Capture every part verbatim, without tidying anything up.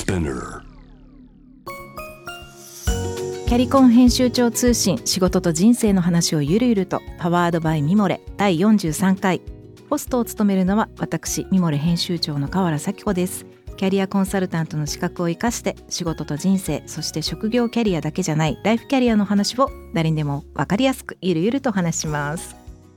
Spinner。 キャリコン編集長通信、仕事と人生の話をゆるゆると、パワードバイミモレだいよんじゅうさんかい。ホストを務めるのは私、ミモレ編集長の河原咲子です。キャリアコンサルタントの資格を生かして、仕事と人生、そして職業キャリアだけじゃないライフキャリアの話を誰にでも分かりやすくゆるゆると話します。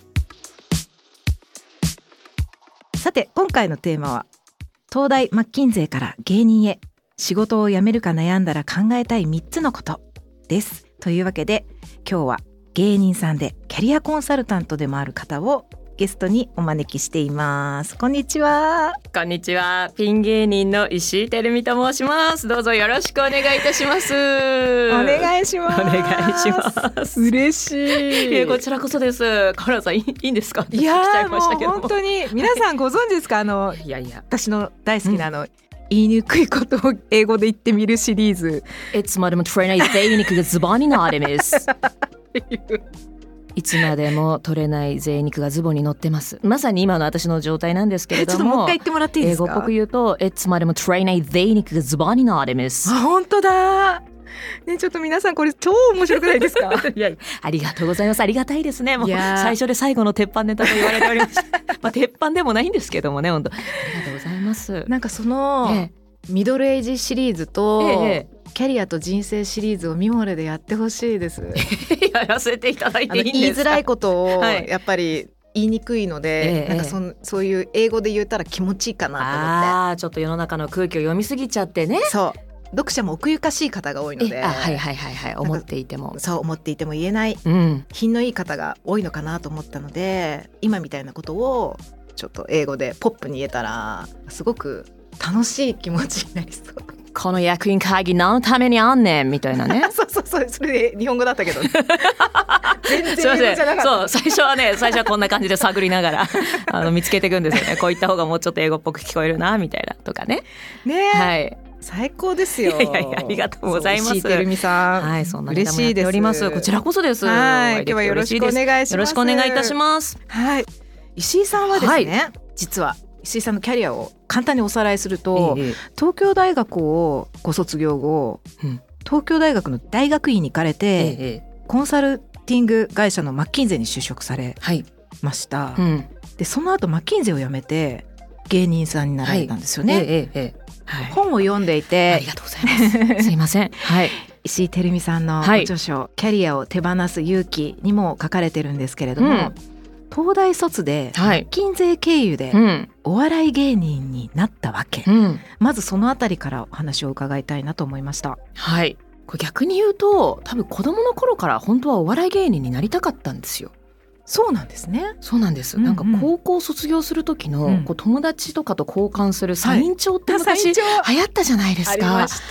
さて、今回のテーマは東大マッキンゼーから芸人へ、仕事を辞めるか悩んだら考えたいみっつのことです。というわけで、今日は芸人さんでキャリアコンサルタントでもある方をゲストにお招きしています。こんにちは。 こんにちは。ピン芸人の石井てるみと申します。どうぞよろしくお願いいたします。 お願いします。 お願いします。 嬉しい。 いや、こちらこそです。河原さん、いい、いいんですか？ いやー、もうも本当に皆さんご存知ですか？あのいやいや、 私の大好きなあの、うん、言いにくいことを英語で言ってみるシリーズ。 いつまでもトレーナーで言いにくいがズボンになれますいつまでも取れない贅肉がズボンに乗ってます。まさに今の私の状態なんですけれども、 ちょっともう一回言ってもらっていいですか？ 英語っぽく言うと、いつまでもトレーナー贅肉がズボンになれます。 あ、本当だね。ちょっと皆さんこれ超面白くないですか？ いや、ありがとうございます。ありがたいですね。もう最初で最後の鉄板ネタと言われておりますまあ鉄板でもないんですけどもね、本当ありがとうございます。 なんかその、ええ、ミドルエイジシリーズと、ええ、キャリアと人生シリーズをミモレでやってほしいですやらせていただいていいんですか？ 言いづらいことをやっぱり言いにくいので、はい、なんか そ, そういう英語で言ったら気持ちいいかなと思って。 あー、ちょっと世の中の空気を読みすぎちゃってね。 そう、読者も奥ゆかしい方が多いので、 あ、はいはいはいはい、思っていてもそう思っていても言えない、うん、品のいい方が多いのかなと思ったので、今みたいなことをちょっと英語でポップに言えたらすごく楽しい気持ちになりそう。 この役員会議何のためにあんねんみたいなねそうそうそう、それで日本語だったけど全然英語じゃなかった。 そう、最初はね、最初はこんな感じで探りながらあの見つけていくんですよね。こういった方がもうちょっと英語っぽく聞こえるなみたいなとかね。 ね、 はい、 最高ですよ。 いやいや、ありがとうございます。 石井てるみさん、 はい、そんなネタもやっております。こちらこそです。 はい、今日はよろしくお願いします。 よろしくお願いいたします。 はい、石井さんはですね、はい、実は石井さんのキャリアを簡単におさらいすると、ええ、東京大学をご卒業後、うん、東京大学の大学院に行かれて、ええ、コンサルティング会社のマッキンゼに就職されました、はい、うん、でその後マッキンゼを辞めて芸人さんになられたんですよね、はい、ええええ、はい、本を読んでいて、 ありがとうございますすいません、はい、 石井てるみさんのご著書、はい、キャリアを手放す勇気にも書かれてるんですけれども、うん、東大卒でマッキンゼ経由でお笑い芸人になったわけ、うん、まずそのあたりからお話を伺いたいなと思いました。 はい、これ逆に言うと、多分子供の頃から本当はお笑い芸人になりたかったんですよ。 そうなんですね。 そうなんです、うんうん、なんか高校卒業する時の、うん、こう友達とかと交換するサイン帳って昔、はい、流行ったじゃないですか。 ありました。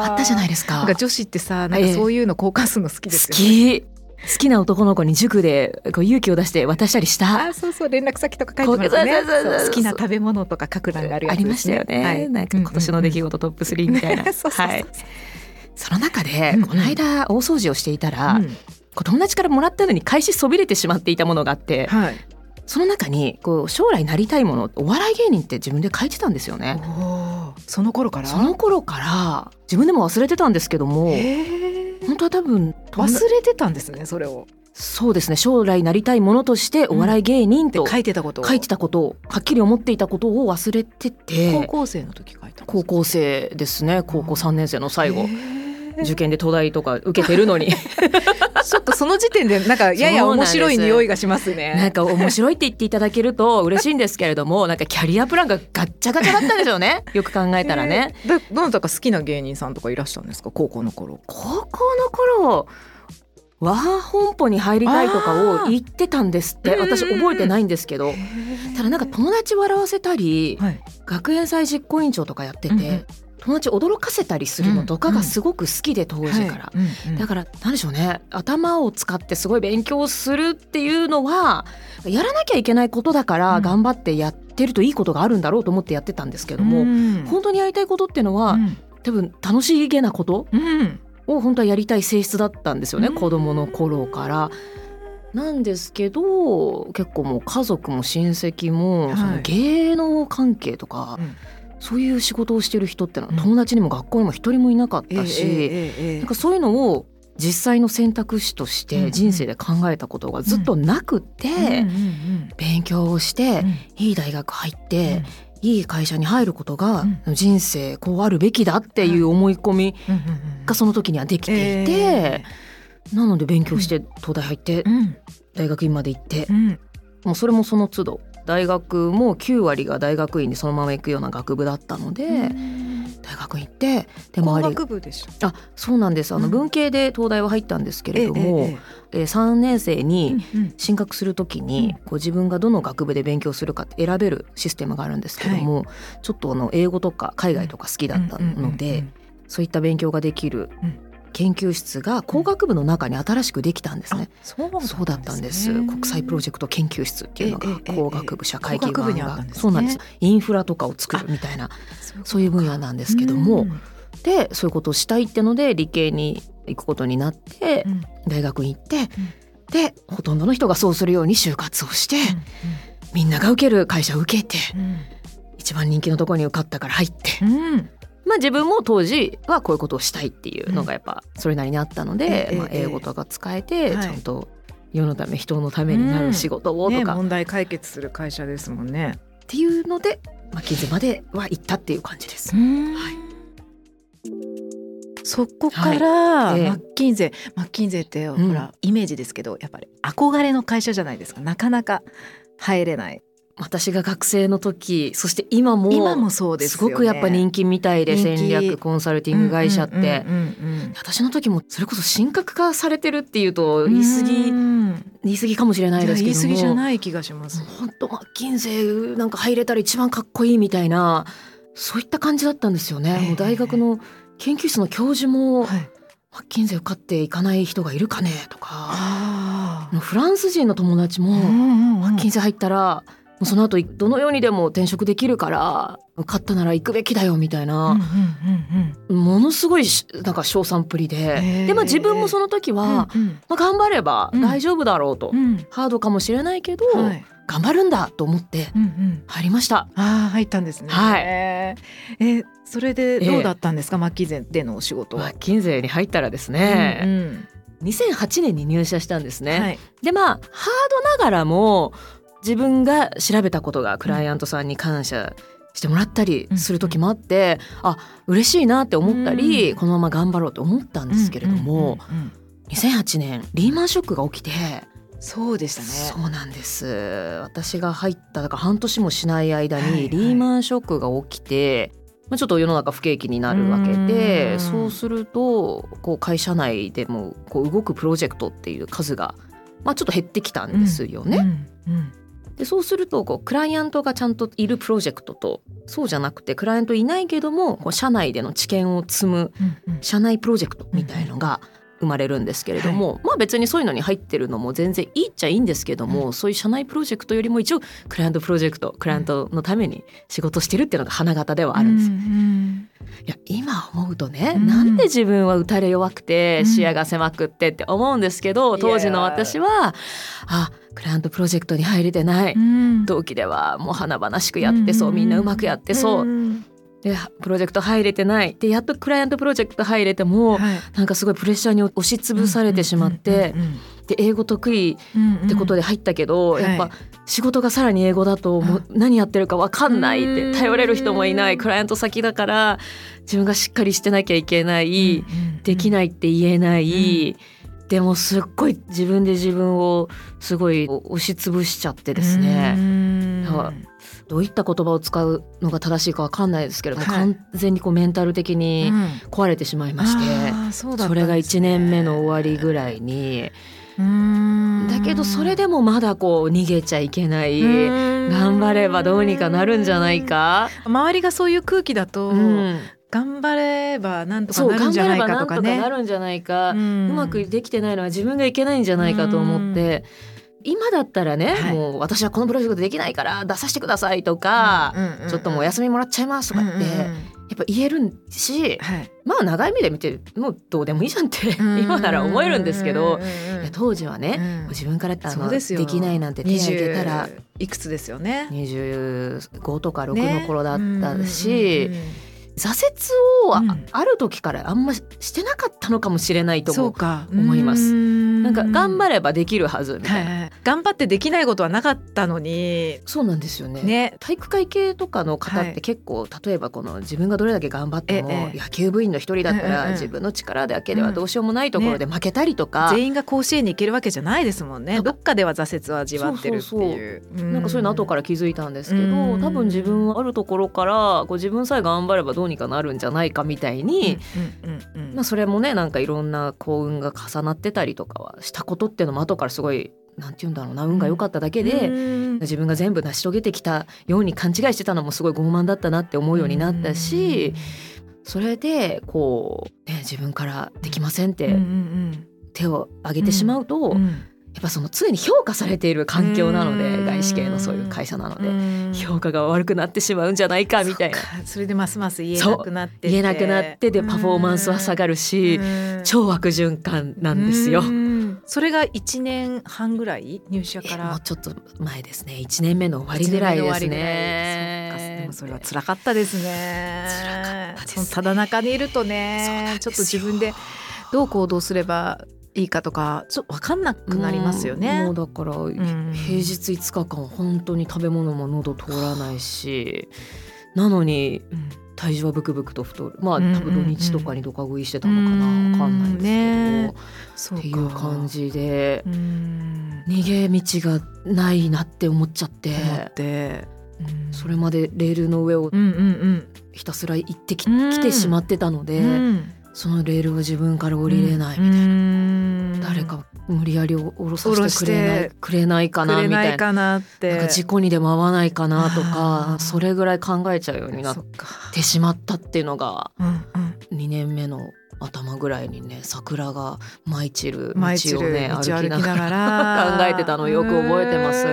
あったじゃないですか。 なんか女子ってさ、なんかそういうの交換するの好きですよね、 えー、好き好きな男の子に塾でこう勇気を出して渡したりした。 あ、そうそう、連絡先とか書いてますね。好きな食べ物とか書く欄があるやつですね。 ありましたよね、はい、なんか今年の出来事トップスリーみたいな、そうそうそう、はい、その中でこの間大掃除をしていたら、うんうん、こう友達からもらったのに返しそびれてしまっていたものがあって、はい、その中にこう将来なりたいもの、お笑い芸人って自分で書いてたんですよね。 お、その頃からその頃から自分でも忘れてたんですけども、本当は多分忘れてたんですね、それを。 そうですね、将来なりたいものとしてお笑い芸人と、 うん、書いてたことを書いてたことをはっきり思っていたことを忘れてて。 高校生の時書いたんですか？ 高校生ですね。高校さんねん生の最後、受験で東大とか受けてるのにちょっとその時点でなんかやや面白い匂いがしますね。 なんか面白いって言っていただけると嬉しいんですけれどもなんかキャリアプランがガッチャガチャだったんですよねよく考えたらね、 えー、どなたか好きな芸人さんとかいらっしゃるんですか？高校の頃。 高校の頃和本舗に入りたいとかを言ってたんですって。私覚えてないんですけど、ただなんか友達笑わせたり、はい、学園祭実行委員長とかやってて、うんうん、友達驚かせたりするのとかがすごく好きで、当時から、はい、だからなんでしょうね、頭を使ってすごい勉強するっていうのはやらなきゃいけないことだから頑張ってやってるといいことがあるんだろうと思ってやってたんですけども、うん、本当にやりたいことっていうのは、うん、多分楽しげなことを本当はやりたい性質だったんですよね、うん、子供の頃からなんですけど、結構もう家族も親戚もその芸能関係とか、はい、 そういう仕事をしてる人ってのは友達にも学校にも一人もいなかったし、うんえーえーえー、なんかそういうのを実際の選択肢として人生で考えたことがずっとなくて、うんうん、勉強をして、うん、いい大学入って、うん、いい会社に入ることが、うん、人生こうあるべきだっていう思い込みがその時にはできていて、えー、なので勉強して東大入って、うん、大学院まで行って、うん、もうそれもその都度大学もきゅう割が大学院にそのまま行くような学部だったので、大学院行ってで工学部でしょ。 あ、そうなんです。あの文系で東大は入ったんですけれども、うんええさんねん生に進学するときにこう自分がどの学部で勉強するかって選べるシステムがあるんですけども、はい、ちょっとあの英語とか海外とか好きだったので、そういった勉強ができる研究室が工学部の中に新しくできたんですね。 そうなんですね。 そうだったんです。国際プロジェクト研究室っていうのが工学部社会基盤が、そうなんです。インフラとかを作るみたいなそういう分野なんですけども、でそういうことをしたいってので理系に行くことになって大学に行って、でほとんどの人がそうするように就活をして、みんなが受ける会社を受けて、一番人気のところに受かったから入って、まあ、自分も当時はこういうことをしたいっていうのがやっぱそれなりにあったので、うんまあ、英語とか使えてちゃんと世のため人のためになる仕事をとか、うんね、 問題解決する会社ですもんねっていうのでマッキンゼーまでは行ったっていう感じです。はい、 そこから、はいえー、マッキンゼーマッキンゼーってほら、うん、イメージですけどやっぱり憧れの会社じゃないですか。なかなか入れない。 私が学生の時そして今も今もそうですよね。 すごくやっぱ人気みたいで戦略コンサルティング会社って、私の時もそれこそ神格化されてるっていうと言い過ぎ言い過ぎかもしれないですけども、 言い過ぎじゃない気がします。 本当マッキンゼーなんか入れたら一番かっこいいみたいなそういった感じだったんですよね。もう大学の研究室の教授も、はい、マッキンゼー受かっていかない人がいるかねとか、フランス人の友達も、うんうんうん、マッキンゼー入ったらその後どのようにでも転職できるから受かったなら行くべきだよみたいな、うんうんうんうん、ものすごいなんか称賛っぷりで、で、まあ、自分もその時は、うんうんまあ、頑張れば大丈夫だろうと、うん、ハードかもしれないけど、はい、頑張るんだと思って入りました。 うんうん、あ入ったんですね。はい、えー、それでどうだったんですか、えー、マッキンゼーでのお仕事は。 マッキンゼーに入ったらですね、うんうん、にせんはちねんに入社したんですね。はい、でまあハードながらも自分が調べたことがクライアントさんに感謝してもらったりする時もあって、うん、あ嬉しいなって思ったり、うん、このまま頑張ろうと思ったんですけれども、うんうんうんうん、にせんはちねんリーマンショックが起きて。 そうでしたね。 そうなんです。私が入っただから半年もしない間にリーマンショックが起きて、はいはい、ちょっと世の中不景気になるわけで、そうするとこう会社内でもこう動くプロジェクトっていう数が、まあ、ちょっと減ってきたんですよね。うんうんうんでそうするとこうクライアントがちゃんといるプロジェクトとそうじゃなくてクライアントいないけどもこう社内での知見を積む社内プロジェクトみたいのが生まれるんですけれども、はい、まあ別にそういうのに入ってるのも全然いいっちゃいいんですけども、うん、そういう社内プロジェクトよりも一応クライアントプロジェクトクライアントのために仕事してるっていうのが花形ではあるんです、うんうん、いや今思うとね、うん、なんで自分は打たれ弱くて視野が狭くってって思うんですけど、うん、当時の私はあクライアントプロジェクトに入れてない、うん、同期ではもう華々しくやってそう、うん、みんなうまくやってそう、うんでプロジェクト入れてないでやっとクライアントプロジェクト入れても、はい、なんかすごいプレッシャーに押しつぶされてしまって、うんうんうんうん、で英語得意ってことで入ったけど、うんうん、やっぱ仕事がさらに英語だともう何やってるか分かんないって、頼れる人もいないクライアント先だから自分がしっかりしてなきゃいけない、うんうんうん、できないって言えない、うん、でもすっごい自分で自分をすごい押しつぶしちゃってですね、うんだからどういった言葉を使うのが正しいか分かんないですけれども、はい、完全にこうメンタル的に壊れてしまいまして、うん そ, ね、それがいちねんめの終わりぐらいにうーんだけどそれでもまだこう逃げちゃいけない頑張ればどうにかなるんじゃないか周りがそういう空気だと、うん頑張ればなんとかなるんじゃないかとかね、 そう頑張ればなんとかなるんじゃないか、うん、うまくできてないのは自分がいけないんじゃないかと思って、今だったらね、はい、もう私はこのプロジェクトできないから出させてくださいとか、うんうんうんうん、ちょっともうお休みもらっちゃいますとかって、うんうんうん、やっぱ言えるし、はい、まあ長い目で見てもうどうでもいいじゃんって今なら思えるんですけど、いや当時はね、うん、自分からあので, できないなんて手を挙げたらいくつですよね。 にじゅうごとかろくの頃だったし、ね、挫折を あ,、うん、ある時からあんましてなかったのかもしれないとも思います。なんか頑張ればできるはずみたいな、はいはい、 頑張ってできないことはなかったのに。 そうなんですよ ね, ね体育会系とかの方って結構、はい、例えばこの自分がどれだけ頑張っても、ええ、野球部員の一人だったら、ええ、自分の力だけではどうしようもないところで負けたりとか、 ね、全員が甲子園に行けるわけじゃないですもんね。どっかでは挫折を味わってるっていう。そうそうそう、 なんかそういうの後から気づいたんですけど、多分自分はあるところからこう自分さえ頑張ればどうにかなるんじゃないかみたいに、うんうんうんうん、まあ、それもねなんかいろんな幸運が重なってたりとかはしたことっていうのも後からすごいなんて言うんだろうな、運が良かっただけで、うん、自分が全部成し遂げてきたように勘違いしてたのもすごい傲慢だったなって思うようになったし、うん、それでこう、ね、自分からできませんって手を挙げてしまうと、うんうん、やっぱその常に評価されている環境なので、うん、外資系のそういう会社なので、うん、評価が悪くなってしまうんじゃないかみたいな。 そ, それでますます言えなくなってて言えなくなってでパフォーマンスは下がるし、うん、超悪循環なんですよ。うん、それがいちねんはんぐらい入社からもうちょっと前ですね。いちねんめの終わりぐらいですね。 でもそれは辛かったですね。辛かったですね。そのただ中にいるとね、ちょっと自分でどう行動すればいいかとかちょっと分かんなくなりますよね。 もうだから、うん、平日いつかかん本当に食べ物も喉通らないし、なのに体重はブクブクと太る。まあ多分土日とかにドカ食いしてたのかな、分かんないですけど、ね、っていう感じで逃げ道がないなって思っちゃって、思ってそれまでレールの上をひたすら行ってき、うん、来てしまってたので、うん、そのレールを自分から降りれないみたいな、うん、誰か無理やり降ろさせてくれない、くれないかなみたい な, かなって、 なんか事故にでも合わないかなとか、それぐらい考えちゃうようになってしまったっていうのが、うんうん、にねんめの頭ぐらいにね、桜が舞い散る道をね歩きながら考えてたのをよく覚えてます。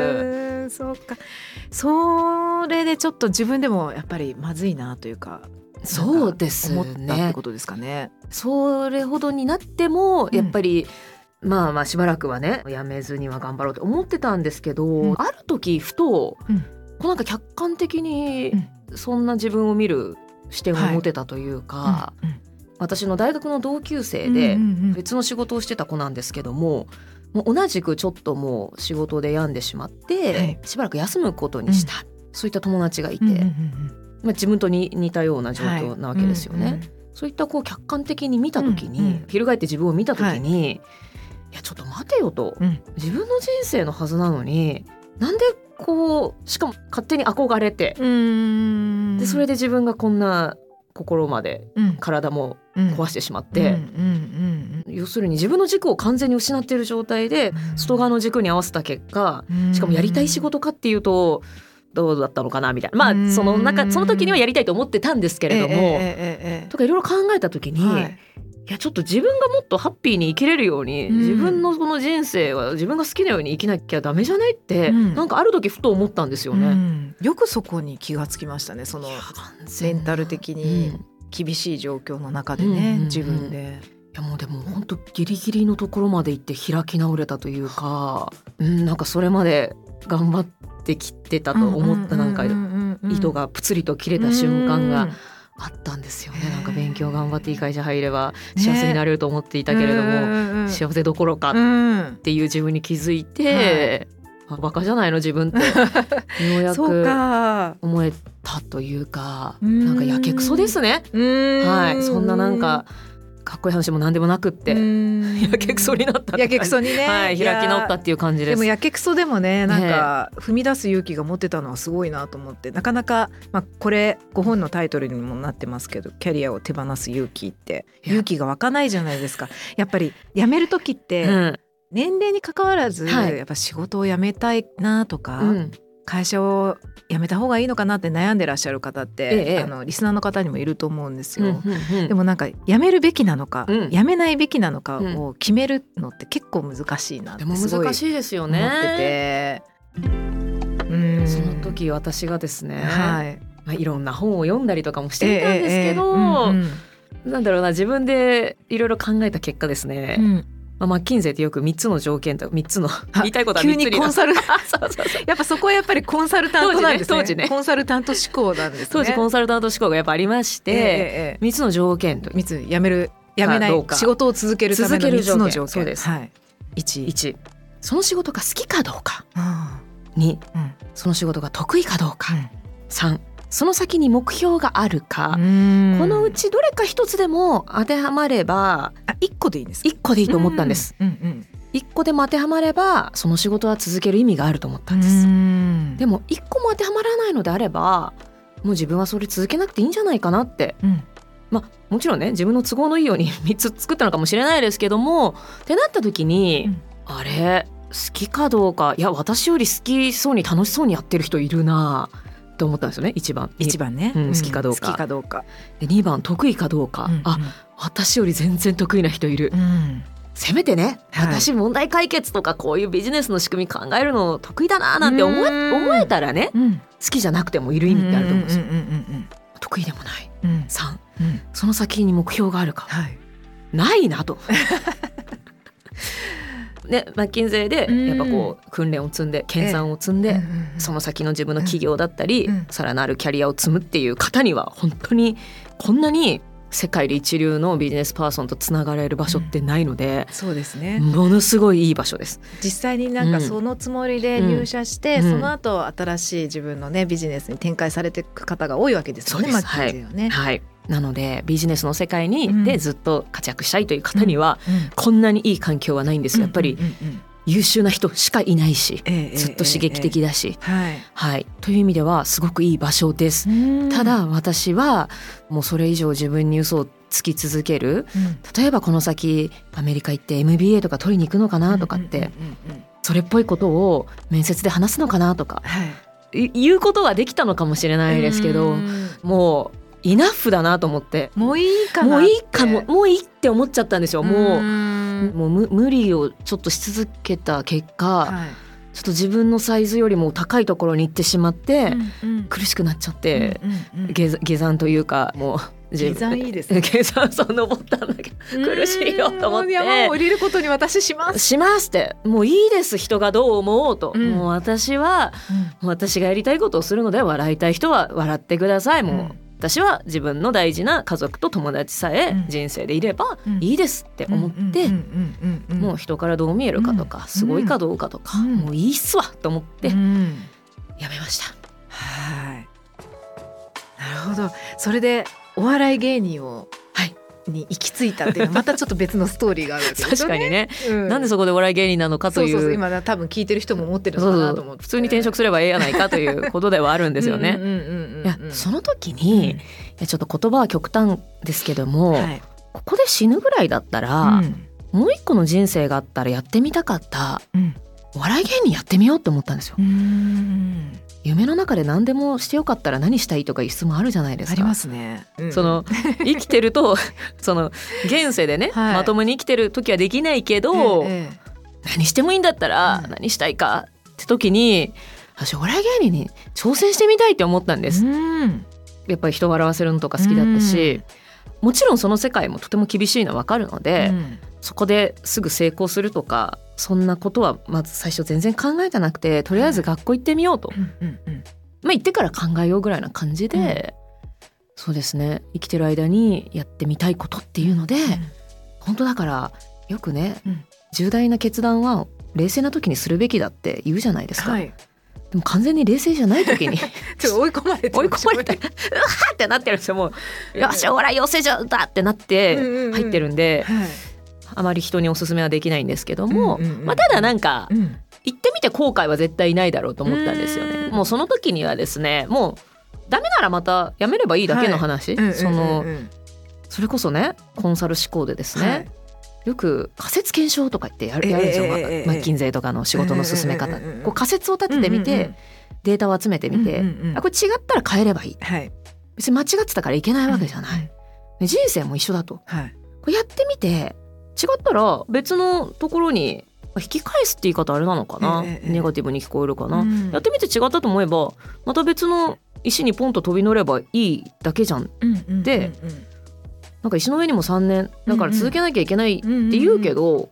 そうか、それでちょっと自分でもやっぱりまずいなというか、 そうですね、 思ったってことですかね。 それほどになってもやっぱり、うん、まあまあしばらくはねやめずには頑張ろうと思ってたんですけど、うん、ある時ふと、うん、こうなんか客観的にそんな自分を見る視点を持てたというか、はいうんうん、私の大学の同級生で別の仕事をしてた子なんですけども、もう同じくちょっともう仕事で病んでしまって、はい、しばらく休むことにした、うん、そういった友達がいて、うんうんうん、まあ、自分とに似たような状況なわけですよね、はい、うんうん、そういったこう客観的に見た時に、うんうん、翻って自分を見た時に、はい、いやちょっと待てよと、うん、自分の人生のはずなのになんでこう、しかも勝手に憧れて、うーんでそれで自分がこんな心まで、うん、体も壊してしまって、うんうんうんうん、要するに自分の軸を完全に失っている状態で、うん、外側の軸に合わせた結果、うん、しかもやりたい仕事かっていうとどうだったのかなみたいな、まあその中その時にはやりたいと思ってたんですけれども、えーえーえー、とかいろいろ考えた時に、はい、いやちょっと自分がもっとハッピーに生きれるように、うん、自分のこの人生は自分が好きなように生きなきゃダメじゃないって、うん、なんかある時ふと思ったんですよね、うん、 よくそこに気がつきましたね。そのメンタル的に厳しい状況の中でね、うん、自分で、 いやもうでも本当ギリギリのところまで行って開き直れたというか、うん、なんかそれまで頑張ってきてたと思ったなんか糸がプツリと切れた瞬間があったんですよね。なんか勉強頑張っていい会社入れば幸せになれると思っていたけれども、ね、幸せどころかっていう自分に気づいて、うん、バカじゃないの自分ってようやく思えたというか、なんかやけくそですね。はい、そんななんかかっこいい話も何でもなくってやけくそになったってやけくそにね、 はい、開き直ったっていう感じです。 でもやけくそでもね、なんか踏み出す勇気が持ってたのはすごいなと思って、なかなか、まあ、これご本のタイトルにもなってますけど、キャリアを手放す勇気って勇気が湧かないじゃないですか。やっぱり辞める時って、うん、年齢に関わらず、はい、やっぱ仕事を辞めたいなとか、うん、会社を辞めた方がいいのかなって悩んでらっしゃる方って、ええ、あのリスナーの方にもいると思うんですよ、うんうんうん、でもなんか辞めるべきなのか、うん、辞めないべきなのかを決めるのって結構難しいなってすごい思ってて、 でも難しいですよね。うん、その時私がですね、はいまあ、いろんな本を読んだりとかもしてみたんですけど、ええええうんうん、なんだろうな、自分でいろいろ考えた結果ですね、うん、 まあ、マッキンゼってよくみっつの条件とみっつの言いたいことはみっつに急にコンサルそうそうそうやっぱそこはやっぱりコンサルタントなんですね。 当時ね当時ねコンサルタント思考なんですね。 当時コンサルタント思考がやっぱありまして、えーえー、みっつの条件とみっつやめるやめない仕事を続けるためのみっつの条件。 そうです、はい、いち, いちその仕事が好きかどうか、うん、に、うん、その仕事が得意かどうか、うん、さんその先に目標があるか、このうちどれか一つでも当てはまれば、 あいっこでいいんですか。 いっこでいいと思ったんです、うんうんうん、いっこでも当てはまればその仕事は続ける意味があると思ったんです。でもいっこも当てはまらないのであればもう自分はそれ続けなくていいんじゃないかなって、うん、まあもちろんね自分の都合のいいようにみっつ作ったのかもしれないですけども、ってなった時に、うん、あれ好きかどうか、いや私より好きそうに楽しそうにやってる人いるなと思ったんですよね。いちばんいちばんね、 うん、好きかどうか、 好きかどうかでにばん得意かどうか、うんうん、あ私より全然得意な人いる、うん、せめてね、はい、私問題解決とかこういうビジネスの仕組み考えるの得意だななんて思え、思えたらね、うん、好きじゃなくてもいる意味ってあると思うんですよ。得意でもない、うん、さん、うん、その先に目標があるか、はい、ないなとね、マッキンゼーでやっぱこう訓練を積んで研鑽を積んで、その先の自分の企業だったりさらなるキャリアを積むっていう方には本当にこんなに世界で一流のビジネスパーソンとつながれる場所ってないので、 うん、そうですね、 ものすごいいい場所です。 実際になんかそのつもりで入社して、うん、その後新しい自分のねビジネスに展開されていく方が多いわけですよね。マッキンゼーはね、 はい、はいなのでビジネスの世界にでずっと活躍したいという方には、うんうん、こんなにいい環境はないんですよ。やっぱり優秀な人しかいないし、ええ、ずっと刺激的だし、えええはいはい、という意味ではすごくいい場所です。ただ私はもうそれ以上自分に嘘をつき続ける、うん、例えばこの先アメリカ行って エムビーエー とか取りに行くのかなとかって、うんうんうんうん、それっぽいことを面接で話すのかなとか、はい、言うことはできたのかもしれないですけど、もうイナフだなと思って、 もういいかなもういいかももういいって思っちゃったんですよ。もうもう 無, 無理をちょっとし続けた結果、はい、ちょっと自分のサイズよりも高いところに行ってしまって、うんうん、苦しくなっちゃって、うんうんうん、下, 下山というかもう下山いいですね。 下山そう登ったんだけど苦しいよと思って、 山を降りることに私しますしますってもういいです人がどう思おうと、うん、もう私は、うん、私がやりたいことをするので笑いたい人は笑ってください。もう、うん私は自分の大事な家族と友達さえ人生でいればいいですって思ってもう人からどう見えるかとかすごいかどうかとかもういいっすわと思ってやめました。 はいなるほど。それでお笑い芸人をに行き着いたっていうのはまたちょっと別のストーリーがあるわけですよね。 確かにね、うん、なんでそこでお笑い芸人なのかという、 そうそうそう今多分聞いてる人も思ってるのかなと思って、 普通に転職すればええやないかということではあるんですよね。その時に、うん、いやちょっと言葉は極端ですけども、はい、ここで死ぬぐらいだったら、うん、もう一個の人生があったらやってみたかった、うん、お笑い芸人やってみようって思ったんですよ。うん夢の中で何でもしてよかったら何したいとかいう質問あるじゃないですか。 ありますね、うん、 その生きてるとその現世でね、はい、まともに生きてる時はできないけど、ええ、何してもいいんだったら何したいかって時に、うん、私お笑い芸人に挑戦してみたいって思ったんです、うん、やっぱり人を笑わせるのとか好きだったし、うん、もちろんその世界もとても厳しいのは分かるので、うん、そこですぐ成功するとかそんなことはまず最初全然考えてなくて、とりあえず学校行ってみようと、うんうんうん、まあ行ってから考えようぐらいな感じで、うん、そうですね生きてる間にやってみたいことっていうので、うん、本当だからよくね、うん、重大な決断は冷静な時にするべきだって言うじゃないですか、はい、でも完全に冷静じゃない時にちょっと追い込まれて追い込まれてうわーってなってるんですよ。もうよしお笑い養成所だってなって入ってるんで、うんうんうんはいあまり人におすすめはできないんですけども、うんうんうんまあ、ただなんか、うん、行ってみて後悔は絶対ないだろうと思ったんですよね。もうその時にはですねもうダメならまたやめればいいだけの話、はい、その、うんうんうん、それこそねコンサル志向でですね、はい、よく仮説検証とか言ってやる、やるんですよ、えー、マッキンゼーとかの仕事の進め方、えー、こう仮説を立ててみて、うんうんうん、データを集めてみて、うんうんうん、あこれ違ったら変えればいい、はい、別に間違ってたからいけないわけじゃない、うんうん、人生も一緒だと、はい、これやってみて違ったら別のところに引き返すって言い方あれなのかな、ええ、ネガティブに聞こえるかな、うん、やってみて違ったと思えばまた別の石にポンと飛び乗ればいいだけじゃん、うんうんうんうん、でなんか石の上にもさんねんだから続けなきゃいけないって言うけど、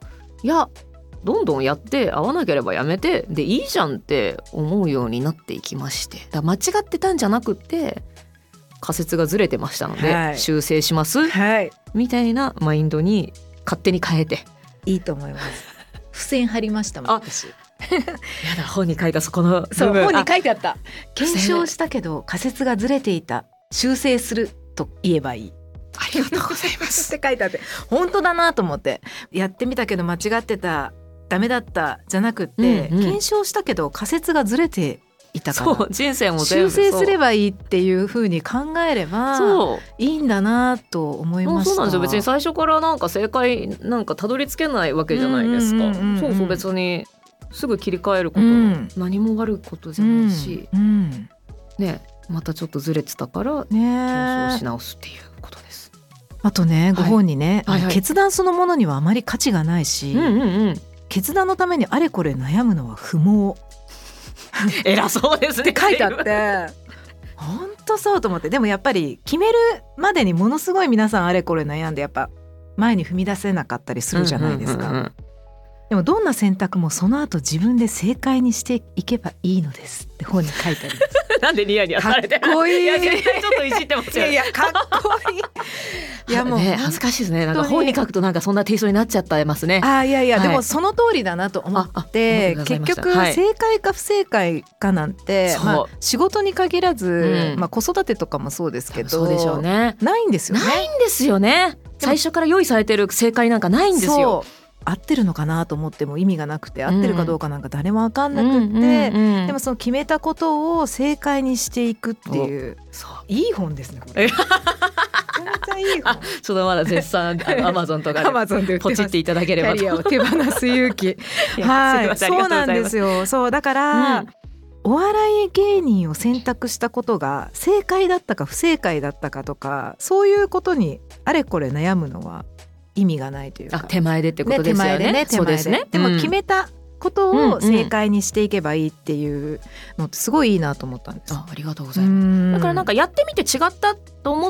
いやどんどんやって合わなければやめてでいいじゃんって思うようになっていきまして、だ間違ってたんじゃなくって仮説がずれてましたので、はい、修正します、はい、みたいなマインドに勝手に変えていいと思います。付箋貼りましたもん私。やだ本に書いたそこのそう本に書いてあった。検証したけど仮説がずれていた、修正すると言えばいい。 ありがとうございますって書いてあって本当だなと思って、やってみたけど間違ってたダメだったじゃなくって、うんうん、検証したけど仮説がずれていたからそう人生も全部修正すればいいっていう風に考えればいいんだなと思いました。 そうなんですよ。別に最初からなんか正解なんかたどり着けないわけじゃないですか、うんうんうんうん、そうそう別にすぐ切り替えること、うん、何も悪いことじゃないし、うんうん、ねまたちょっとずれてたから検証し直すっていうことです。 あとねご本にね、はいはいはい、決断そのものにはあまり価値がないし、うんうんうん、決断のためにあれこれ悩むのは不毛偉そうですねって書いてあって本当そうと思って。でもやっぱり決めるまでにものすごい皆さんあれこれ悩んでやっぱ前に踏み出せなかったりするじゃないですか、うんうんうんうん、でもどんな選択もその後自分で正解にしていけばいいのですって本に書いてあるなんでニヤニヤされてる。 かっこいい。いや絶対ちょっといじってますよね。 いやいやかっこいいいやもう、ね、 恥ずかしいですね。なんか本に書くとなんかそんなテイストになっちゃってますね。 あいやいや、はい、でもその通りだなと思って結局正解か不正解かなんて、はいまあ、仕事に限らず、うんまあ、子育てとかもそうですけどそうでしょうね。 ないんですよね。 ないんですよね。最初から用意されてる正解なんかないんですよ。 合ってるのかなと思っても意味がなくて、合ってるかどうかなんか誰も分かんなくって、うんうんうんうん、でもその決めたことを正解にしていくっていうそういい本ですねこれめちゃめちゃいい本。 ちょっとまだ絶賛アマゾンとかでポチっていただければと。 キャリアを手放す勇気はいそうなんですよ。そうだから、うん、お笑い芸人を選択したことが正解だったか不正解だったかとかそういうことにあれこれ悩むのは意味がないというか。 あ手前でってことですよね。 ね手前でね手前で。そうですね。でも決めたことを正解にしていけばいいっていうのってすごいいいなと思ったんです。 あ、ありがとうございます。だからなんかやってみて違ったと思って、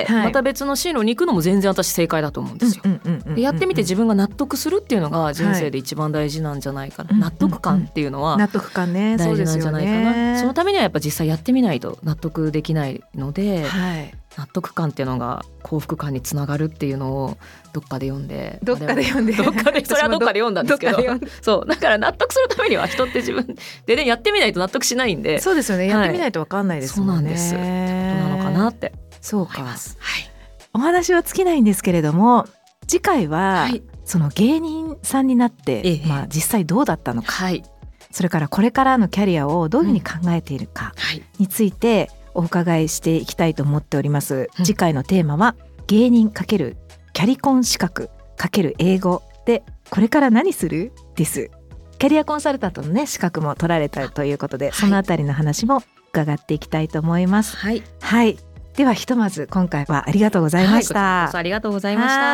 はい、また別の進路に行くのも全然私正解だと思うんですよ。でやってみて自分が納得するっていうのが人生で一番大事なんじゃないかな、はい、納得感っていうのは納得感ね大事なんじゃないかな。 そ, ね、そのためにはやっぱ実際やってみないと納得できないので、はい、納得感っていうのが幸福感につながるっていうのをどっかで読んでどっかで読んでどっかでそれはどっかで読んだんですけどそうだから納得するためには人って自分で、ね、やってみないと納得しないんで。 そうですよね、はい、やってみないと分かんないですもんね。 そうなんですってことなのかなってそうか、はい、お話は尽きないんですけれども次回は、はい、その芸人さんになって、ええまあ、実際どうだったのか、はい、それからこれからのキャリアをどういうふうに考えているかについてお伺いしていきたいと思っております、うん、次回のテーマは芸人×キャリコン資格×英語でこれから何するです。キャリアコンサルタントの、ね、資格も取られたということで、はい、そのあたりの話も伺っていきたいと思います。はい、はい、ではひとまず今回はありがとうございました。 はい、こちらこそありがとうございました。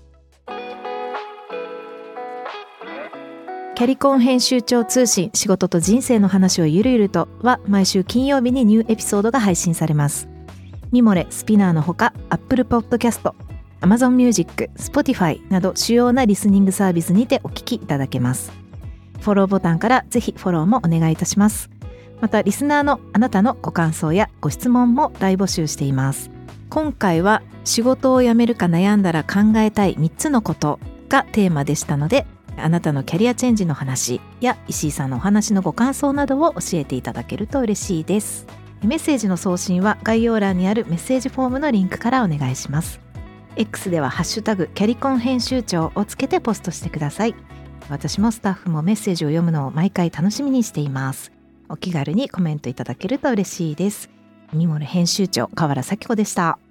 キャリコン編集長通信仕事と人生の話をゆるゆるとは毎週金曜日にニューエピソードが配信されます。ミモレ、スピナーのほか Apple Podcast、Amazon Music、Spotify など主要なリスニングサービスにてお聞きいただけます。フォローボタンからぜひフォローもお願いいたします。またリスナーのあなたのご感想やご質問も大募集しています。今回は仕事を辞めるか悩んだら考えたいみっつのことがテーマでしたので、あなたのキャリアチェンジの話や石井さんのお話のご感想などを教えていただけると嬉しいです。メッセージの送信は概要欄にあるメッセージフォームのリンクからお願いします。 X ではハッシュタグキャリコン編集長をつけてポストしてください。私もスタッフもメッセージを読むのを毎回楽しみにしています。お気軽にコメントいただけると嬉しいです。ミモレ編集長河原咲子でした。